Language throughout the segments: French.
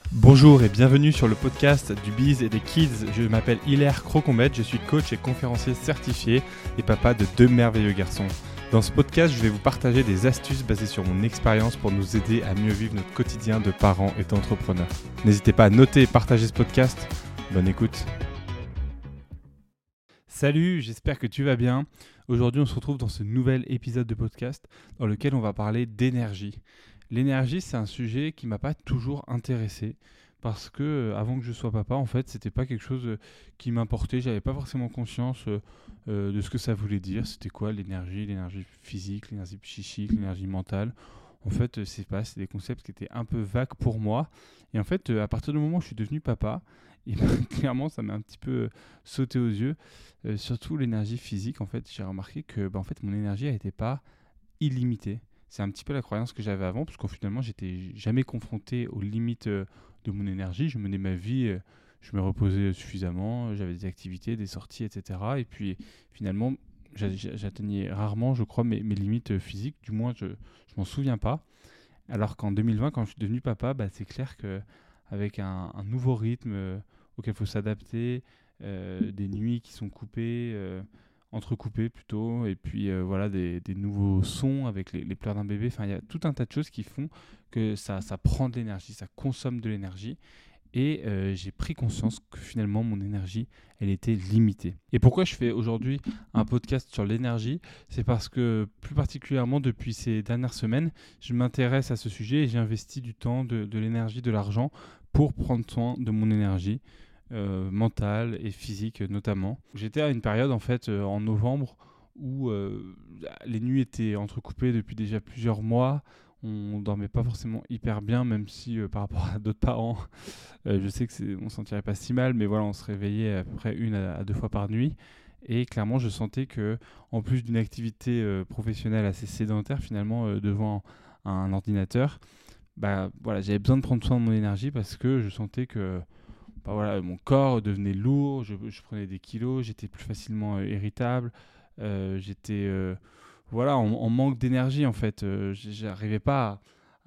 Bonjour et bienvenue sur le podcast du Biz et des Kids. Je m'appelle Hilaire Crocombette, je suis coach et conférencier certifié et papa de 2 merveilleux garçons. Dans ce podcast, je vais vous partager des astuces basées sur mon expérience pour nous aider à mieux vivre notre quotidien de parents et d'entrepreneurs. N'hésitez pas à noter et partager ce podcast. Bonne écoute. Salut, j'espère que tu vas bien. Aujourd'hui, on se retrouve dans ce nouvel épisode de podcast dans lequel on va parler d'énergie. L'énergie, c'est un sujet qui m'a pas toujours intéressé parce que avant que je sois papa, en fait, c'était pas quelque chose qui m'importait. J'avais pas forcément conscience de ce que ça voulait dire. C'était quoi l'énergie physique, l'énergie psychique, l'énergie mentale. En fait, c'est des concepts qui étaient un peu vagues pour moi. Et en fait, à partir du moment où je suis devenu papa, et clairement, ça m'a un petit peu sauté aux yeux. Surtout l'énergie physique, en fait, j'ai remarqué que en fait, mon énergie n'était pas illimitée. C'est un petit peu la croyance que j'avais avant, parce qu'au finalement, j'étais jamais confronté aux limites de mon énergie. Je menais ma vie, je me reposais suffisamment, j'avais des activités, des sorties, etc. Et puis finalement, j'atteignais rarement, je crois, mes limites physiques. Du moins, je m'en souviens pas. Alors qu'en 2020, quand je suis devenu papa, c'est clair qu'avec un nouveau rythme auquel il faut s'adapter, des nuits qui sont coupées, entrecoupées plutôt, et puis voilà des nouveaux sons avec les pleurs d'un bébé. Enfin, il y a tout un tas de choses qui font que ça prend de l'énergie, ça consomme de l'énergie. Et j'ai pris conscience que finalement mon énergie, elle était limitée. Et pourquoi je fais aujourd'hui un podcast sur l'énergie ? C'est parce que plus particulièrement depuis ces dernières semaines, je m'intéresse à ce sujet et j'ai investi du temps, de l'énergie, de l'argent pour prendre soin de mon énergie mentale et physique notamment. J'étais à une période en fait en novembre où les nuits étaient entrecoupées depuis déjà plusieurs mois. On dormait pas forcément hyper bien, même si par rapport à d'autres parents, je sais que on s'en tirait pas si mal, mais voilà, on se réveillait à peu près 1 à 2 fois par nuit. Et clairement, je sentais que, en plus d'une activité professionnelle assez sédentaire, finalement, devant un ordinateur, voilà, j'avais besoin de prendre soin de mon énergie parce que je sentais que voilà, mon corps devenait lourd, je prenais des kilos, j'étais plus facilement irritable, j'étais voilà, en manque d'énergie en fait. J'arrivais pas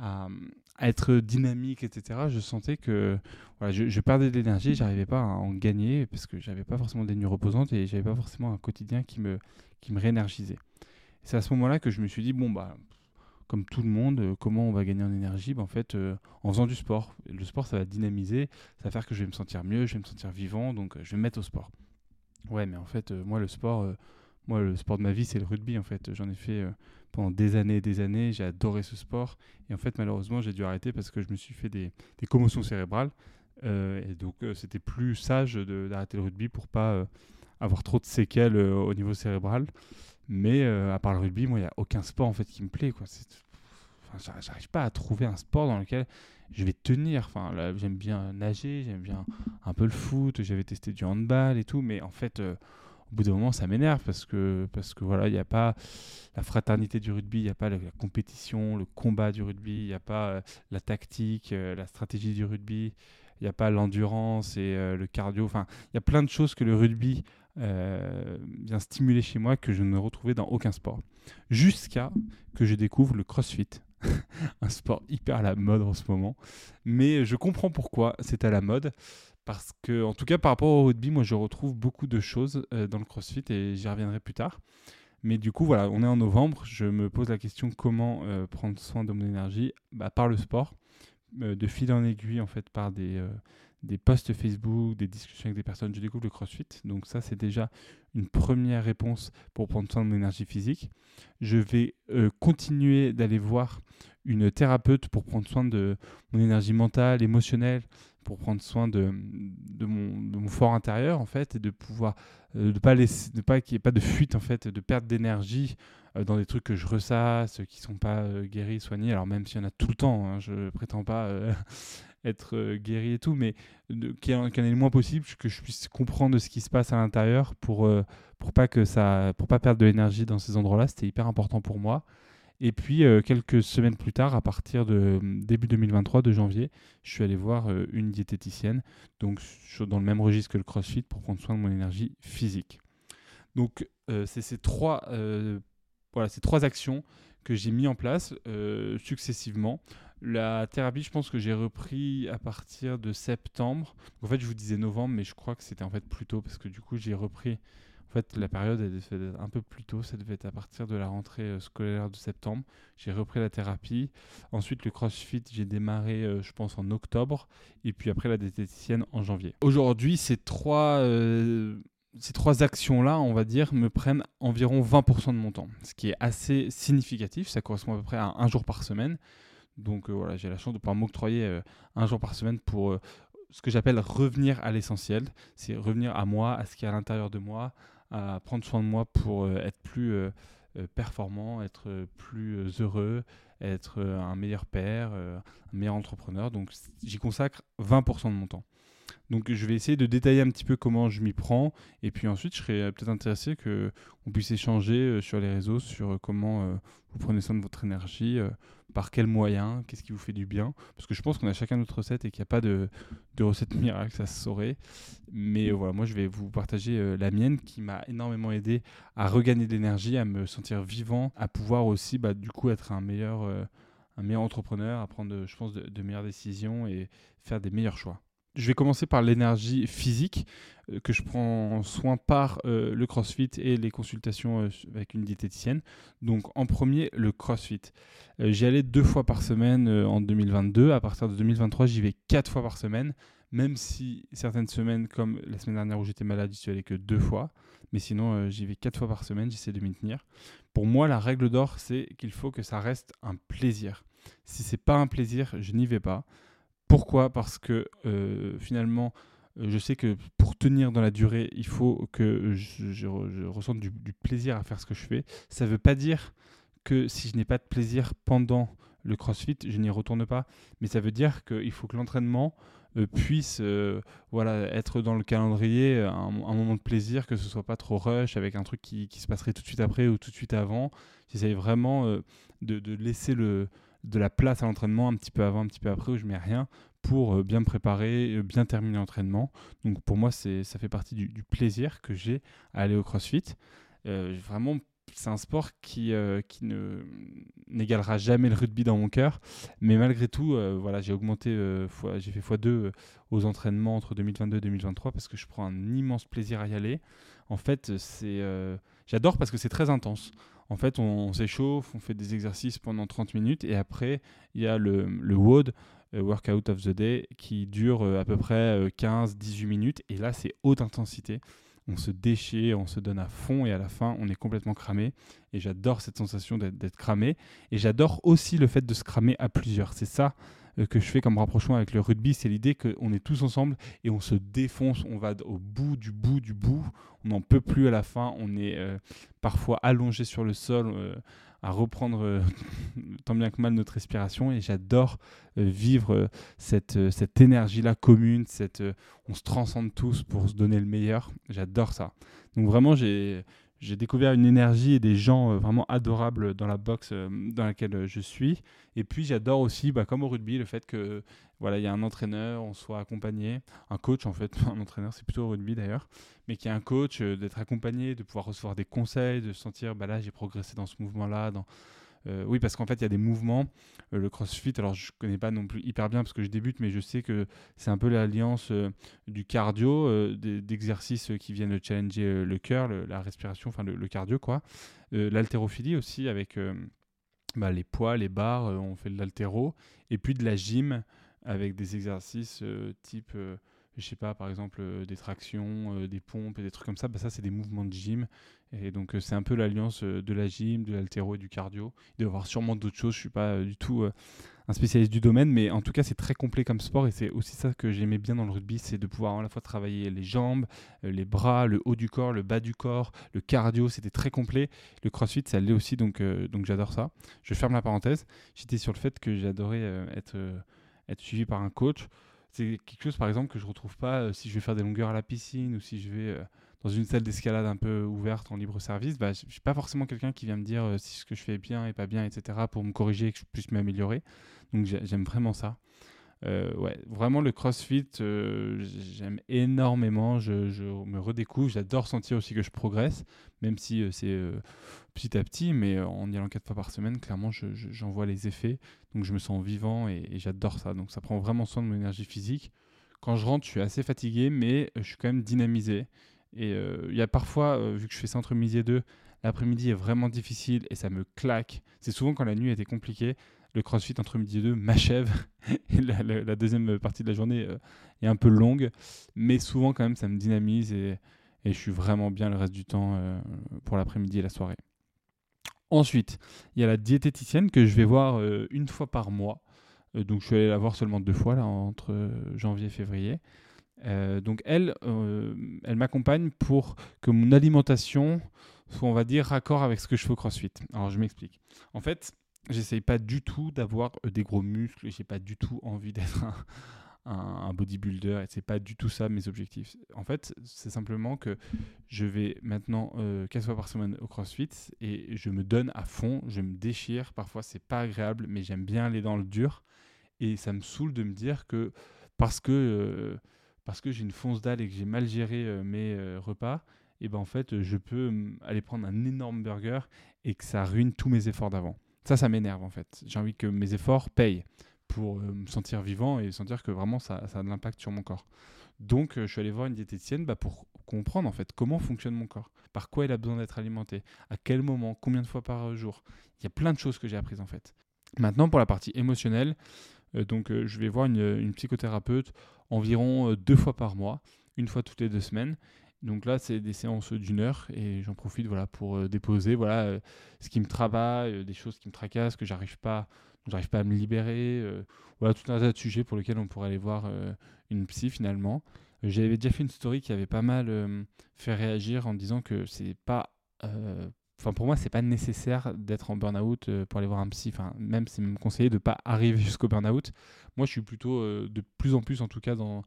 à être dynamique, etc. Je sentais que voilà, je perdais de l'énergie, j'arrivais pas à en gagner parce que j'avais pas forcément des nuits reposantes et j'avais pas forcément un quotidien qui me réénergisait. Et c'est à ce moment-là que je me suis dit, comme tout le monde, comment on va gagner en énergie ? En fait, en faisant du sport. Et le sport, ça va dynamiser, ça va faire que je vais me sentir mieux, je vais me sentir vivant, donc je vais me mettre au sport. Ouais, mais en fait, moi, le sport de ma vie, c'est le rugby, en fait. J'en ai fait pendant des années et des années, j'ai adoré ce sport. Et en fait, malheureusement, j'ai dû arrêter parce que je me suis fait des commotions cérébrales. Et donc, c'était plus sage d'arrêter le rugby pour pas avoir trop de séquelles au niveau cérébral. Mais à part le rugby, moi, il n'y a aucun sport en fait qui me plaît, quoi. J'arrive pas à trouver un sport dans lequel je vais tenir. Enfin, là, j'aime bien nager, j'aime bien un peu le foot, j'avais testé du handball et tout, mais en fait, au bout d'un moment, ça m'énerve parce que voilà, il n'y a pas la fraternité du rugby, il n'y a pas la compétition, le combat du rugby, il n'y a pas la tactique, la stratégie du rugby, il n'y a pas l'endurance et le cardio. Enfin, il y a plein de choses que le rugby vient stimuler chez moi que je ne retrouvais dans aucun sport. Jusqu'à que je découvre le CrossFit. Un sport hyper à la mode en ce moment. Mais je comprends pourquoi c'est à la mode. Parce que, en tout cas, par rapport au rugby, moi, je retrouve beaucoup de choses dans le CrossFit et j'y reviendrai plus tard. Mais du coup, voilà, on est en novembre. Je me pose la question comment prendre soin de mon énergie par le sport, de fil en aiguille, en fait, par des posts Facebook, des discussions avec des personnes. Je découvre le CrossFit. Donc ça, c'est déjà une première réponse pour prendre soin de mon énergie physique. Je vais continuer d'aller voir une thérapeute pour prendre soin de mon énergie mentale, émotionnelle, pour prendre soin de mon fort intérieur en fait et de pouvoir de pas laisser, de pas qu'il n'y ait pas de fuite en fait, de perte d'énergie dans des trucs que je ressasse, qui sont pas guéris, soignés. Alors même s'il y en a tout le temps, hein, je prétends pas être guéri et tout, mais qu'il y en ait le moins possible, que je puisse comprendre ce qui se passe à l'intérieur pour pas perdre de l'énergie dans ces endroits-là. C'était hyper important pour moi. Et puis, quelques semaines plus tard, à partir de début 2023, de janvier, je suis allé voir une diététicienne, donc dans le même registre que le CrossFit, pour prendre soin de mon énergie physique. Donc, c'est ces trois actions que j'ai mis en place successivement. La thérapie, je pense que j'ai repris à partir de septembre. En fait, je vous disais novembre, mais je crois que c'était en fait plus tôt parce que du coup, j'ai repris. En fait, la période elle devait être un peu plus tôt. Ça devait être à partir de la rentrée scolaire de septembre. J'ai repris la thérapie. Ensuite, le CrossFit, j'ai démarré, je pense, en octobre. Et puis après, la diététicienne en janvier. Aujourd'hui, ces trois actions-là, on va dire, me prennent environ 20% de mon temps, ce qui est assez significatif. Ça correspond à peu près à un jour par semaine. Donc voilà, j'ai la chance de pouvoir m'octroyer un jour par semaine pour ce que j'appelle revenir à l'essentiel. C'est revenir à moi, à ce qui est à l'intérieur de moi, à prendre soin de moi pour être plus performant, être plus heureux, être un meilleur père, un meilleur entrepreneur. Donc j'y consacre 20% de mon temps. Donc je vais essayer de détailler un petit peu comment je m'y prends et puis ensuite je serais peut-être intéressé qu'on puisse échanger sur les réseaux sur comment vous prenez soin de votre énergie, par quels moyens, qu'est-ce qui vous fait du bien. Parce que je pense qu'on a chacun notre recette et qu'il n'y a pas de recette miracle, ça se saurait. Mais voilà, moi je vais vous partager la mienne qui m'a énormément aidé à regagner de l'énergie, à me sentir vivant, à pouvoir aussi du coup être un meilleur entrepreneur, à prendre je pense de meilleures décisions et faire des meilleurs choix. Je vais commencer par l'énergie physique que je prends soin par le CrossFit et les consultations avec une diététicienne. Donc en premier, le CrossFit. J'y allais 2 fois par semaine en 2022. À partir de 2023, j'y vais 4 fois par semaine. Même si certaines semaines, comme la semaine dernière où j'étais malade, j'y suis allé que 2 fois. Mais sinon, j'y vais 4 fois par semaine, j'essaie de m'y tenir. Pour moi, la règle d'or, c'est qu'il faut que ça reste un plaisir. Si c'est pas un plaisir, je n'y vais pas. Pourquoi ? Parce que finalement, je sais que pour tenir dans la durée, il faut que je ressente du plaisir à faire ce que je fais. Ça ne veut pas dire que si je n'ai pas de plaisir pendant le CrossFit, je n'y retourne pas. Mais ça veut dire qu'il faut que l'entraînement puisse être dans le calendrier un moment de plaisir, que ce ne soit pas trop rush avec un truc qui se passerait tout de suite après ou tout de suite avant. J'essaye vraiment de laisser de la place à l'entraînement un petit peu avant, un petit peu après, où je mets rien pour bien me préparer, bien terminer l'entraînement. Donc pour moi, ça fait partie du plaisir que j'ai à aller au CrossFit. Vraiment, c'est un sport qui n'égalera jamais le rugby dans mon cœur. Mais malgré tout, j'ai augmenté, j'ai fait x2 aux entraînements entre 2022 et 2023 parce que je prends un immense plaisir à y aller. En fait, j'adore parce que c'est très intense. En fait, on s'échauffe, on fait des exercices pendant 30 minutes et après, il y a le WOD, Workout of the Day, qui dure à peu près 15-18 minutes. Et là, c'est haute intensité. On se déchire, on se donne à fond et à la fin, on est complètement cramé. Et j'adore cette sensation d'être cramé. Et j'adore aussi le fait de se cramer à plusieurs. C'est ça que je fais comme rapprochement avec le rugby. C'est l'idée qu'on est tous ensemble et on se défonce. On va au bout du bout du bout. On n'en peut plus à la fin. On est parfois allongé sur le sol à reprendre tant bien que mal notre respiration. Et j'adore vivre cette énergie-là commune. On se transcende tous pour se donner le meilleur. J'adore ça. Donc vraiment, j'ai découvert une énergie et des gens vraiment adorables dans la boxe dans laquelle je suis. Et puis j'adore aussi, comme au rugby, le fait que il y a un entraîneur, on soit accompagné, un coach en fait, un entraîneur, c'est plutôt au rugby d'ailleurs, mais qu'il y a un coach, d'être accompagné, de pouvoir recevoir des conseils, de se sentir là j'ai progressé dans ce mouvement-là, oui, parce qu'en fait, il y a des mouvements. Le CrossFit, alors je ne connais pas non plus hyper bien parce que je débute, mais je sais que c'est un peu l'alliance du cardio, d'exercices qui viennent challenger le cœur, la respiration, enfin le cardio, quoi. L'haltérophilie aussi avec les poids, les barres, on fait de l'haltéro. Et puis de la gym avec des exercices type... je sais pas, par exemple, des tractions, des pompes et des trucs comme ça, ça c'est des mouvements de gym. Et donc c'est un peu l'alliance de la gym, de l'haltéro et du cardio. Il doit y avoir sûrement d'autres choses, je suis pas du tout un spécialiste du domaine, mais en tout cas c'est très complet comme sport et c'est aussi ça que j'aimais bien dans le rugby, c'est de pouvoir à la fois travailler les jambes, les bras, le haut du corps, le bas du corps, le cardio, c'était très complet. Le CrossFit ça l'est aussi, donc j'adore ça. Je ferme la parenthèse. J'étais sur le fait que j'adorais être suivi par un coach. C'est quelque chose, par exemple, que je ne retrouve pas si je vais faire des longueurs à la piscine ou si je vais dans une salle d'escalade un peu ouverte en libre service. Je n'ai pas forcément quelqu'un qui vient me dire si ce que je fais est bien et pas bien, etc. pour me corriger et que je puisse m'améliorer. Donc, j'aime vraiment ça. Ouais, vraiment le CrossFit, j'aime énormément. Je me redécouvre. J'adore sentir aussi que je progresse, même si c'est petit à petit, mais en y allant 4 fois par semaine, clairement, j'en vois les effets. Donc je me sens vivant et j'adore ça. Donc ça prend vraiment soin de mon énergie physique. Quand je rentre, je suis assez fatigué, mais je suis quand même dynamisé. Et il y a parfois, vu que je fais ça entre midi et deux, l'après-midi est vraiment difficile et ça me claque. C'est souvent quand la nuit était compliquée. Le CrossFit entre midi et deux m'achève. Et la deuxième partie de la journée est un peu longue. Mais souvent, quand même, ça me dynamise et je suis vraiment bien le reste du temps pour l'après-midi et la soirée. Ensuite, il y a la diététicienne que je vais voir une fois par mois. Donc, je suis allé la voir seulement 2 fois là, entre janvier et février. Donc elle m'accompagne pour que mon alimentation soit, on va dire, raccord avec ce que je fais au CrossFit. Alors je m'explique. En fait, j'essaye pas du tout d'avoir des gros muscles. J'ai pas du tout envie d'être un bodybuilder. Et c'est pas du tout ça mes objectifs. En fait, c'est simplement que je vais maintenant 4 fois par semaine au CrossFit et je me donne à fond. Je me déchire. Parfois c'est pas agréable, mais j'aime bien aller dans le dur. Et ça me saoule de me dire que parce que, euh, parce que j'ai une fonce dalle et que j'ai mal géré mes repas, et ben en fait, je peux aller prendre un énorme burger et que ça ruine tous mes efforts d'avant. Ça m'énerve en fait. J'ai envie que mes efforts payent pour me sentir vivant et sentir que vraiment ça a de l'impact sur mon corps. Donc, je suis allé voir une diététicienne pour comprendre en fait comment fonctionne mon corps, par quoi il a besoin d'être alimenté, à quel moment, combien de fois par jour. Il y a plein de choses que j'ai apprises en fait. Maintenant, pour la partie émotionnelle, je vais voir une psychothérapeute environ 2 fois par mois, une fois toutes les 2 semaines. Donc là, c'est des séances d'1 heure et j'en profite voilà, pour déposer ce qui me travaille, des choses qui me tracassent, que j'arrive pas à me libérer. Voilà, tout un tas de sujets pour lesquels on pourrait aller voir une psy finalement. J'avais déjà fait une story qui avait pas mal fait réagir en disant que c'est pas pour moi, c'est pas nécessaire d'être en burn-out pour aller voir un psy. Enfin, même c'est même conseillé de pas arriver jusqu'au burn-out. Moi, je suis plutôt de plus en plus, en tout cas, dans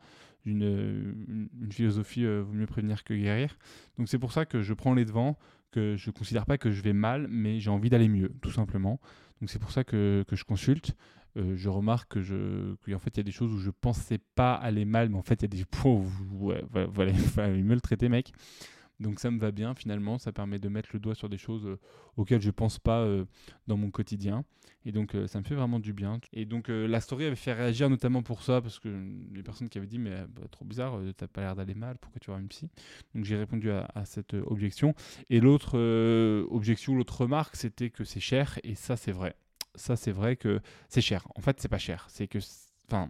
une philosophie vaut mieux prévenir que guérir. Donc c'est pour ça que je prends les devants, que je considère pas que je vais mal, mais j'ai envie d'aller mieux, tout simplement. Donc c'est pour ça que je consulte. Je remarque qu'en fait, il y a des choses où je pensais pas aller mal, mais en fait, il y a des points où ouais, voilà, il fallait mieux le traiter, mec. Donc ça me va bien finalement, ça permet de mettre le doigt sur des choses auxquelles je ne pense pas dans mon quotidien. Et donc ça me fait vraiment du bien. Et donc la story avait fait réagir notamment pour ça, parce que les personnes qui avaient dit mais trop bizarre, t'as pas l'air d'aller mal, pourquoi tu vas voir une psy? Donc j'ai répondu à cette objection. Et l'autre objection, l'autre remarque, c'était que c'est cher, et ça c'est vrai. Ça c'est vrai que c'est cher. En fait c'est pas cher, c'est que... Enfin,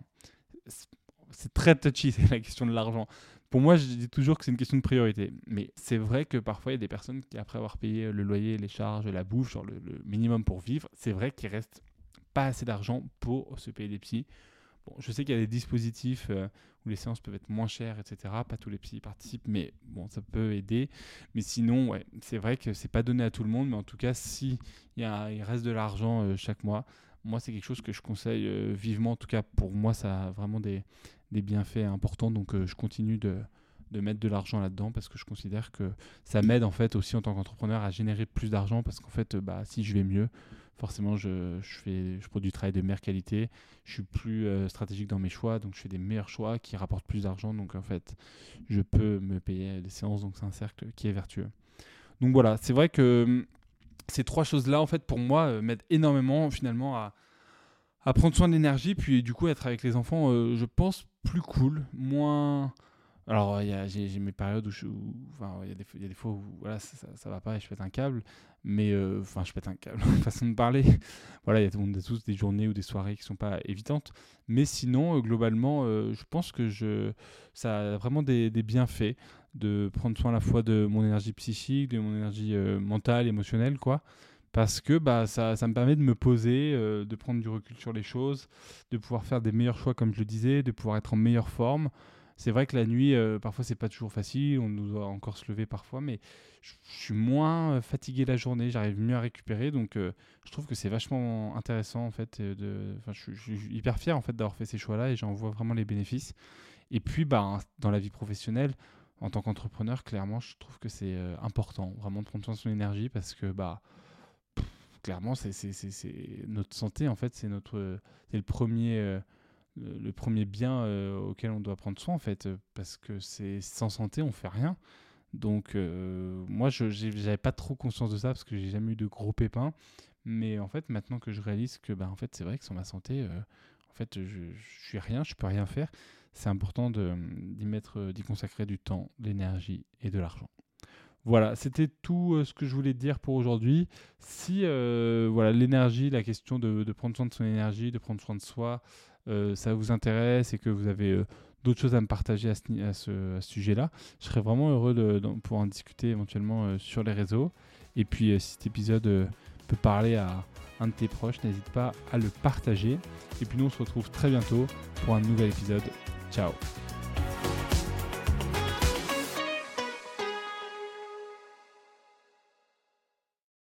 c'est très touchy, c'est la question de l'argent. Pour moi, je dis toujours que c'est une question de priorité. Mais c'est vrai que parfois, il y a des personnes qui, après avoir payé le loyer, les charges, la bouffe, genre le minimum pour vivre, c'est vrai qu'il reste pas assez d'argent pour se payer des psys. Bon, je sais qu'il y a des dispositifs où les séances peuvent être moins chères, etc. Pas tous les psys y participent, mais bon, ça peut aider. Mais sinon, ouais, c'est vrai que c'est pas donné à tout le monde. Mais en tout cas, si il reste de l'argent chaque mois, moi, c'est quelque chose que je conseille vivement. En tout cas, pour moi, ça a vraiment des bienfaits importants. Donc, je continue de mettre de l'argent là-dedans parce que je considère que ça m'aide en fait aussi en tant qu'entrepreneur à générer plus d'argent parce qu'en fait, si je vais mieux, forcément, je produis du travail de meilleure qualité, je suis plus stratégique dans mes choix, donc je fais des meilleurs choix qui rapportent plus d'argent. Donc, en fait, je peux me payer des séances. Donc, c'est un cercle qui est vertueux. Donc, voilà, c'est vrai que ces trois choses-là, en fait, pour moi, m'aident énormément finalement à prendre soin de l'énergie, puis du coup, être avec les enfants, je pense, plus cool, moins... Alors, j'ai mes périodes enfin, il y a des fois où voilà, ça va pas et je pète un câble, mais enfin, je pète un câble, façon de parler. Voilà, on a tous des journées ou des soirées qui sont pas évidentes, mais sinon, globalement, je pense que ça a vraiment des bienfaits de prendre soin à la fois de mon énergie psychique, de mon énergie mentale, émotionnelle, quoi. Parce que ça me permet de me poser, de prendre du recul sur les choses, de pouvoir faire des meilleurs choix, comme je le disais, de pouvoir être en meilleure forme. C'est vrai que la nuit, parfois, c'est pas toujours facile. On doit encore se lever parfois, mais je suis moins fatigué la journée. J'arrive mieux à récupérer. Donc, je trouve que c'est vachement intéressant, en fait. Je suis hyper fier, en fait, d'avoir fait ces choix-là et j'en vois vraiment les bénéfices. Et puis, dans la vie professionnelle, en tant qu'entrepreneur, clairement, je trouve que c'est important, vraiment, de prendre soin de son énergie parce que, clairement, c'est notre santé, en fait. C'est le premier le premier bien auquel on doit prendre soin en fait, parce que c'est sans santé on fait rien. Donc moi j'avais pas trop conscience de ça parce que j'ai jamais eu de gros pépins, mais en fait maintenant que je réalise que en fait c'est vrai que sans ma santé en fait je suis rien, je peux rien faire. C'est important d'y consacrer du temps, de l'énergie et de l'argent. Voilà, c'était tout ce que je voulais te dire pour aujourd'hui. Si voilà, l'énergie, la question de prendre soin de son énergie, de prendre soin de soi, ça vous intéresse et que vous avez d'autres choses à me partager à ce sujet-là, je serais vraiment heureux de pouvoir en discuter éventuellement sur les réseaux. Et puis si cet épisode peut parler à un de tes proches, n'hésite pas à le partager. Et puis nous, on se retrouve très bientôt pour un nouvel épisode. Ciao!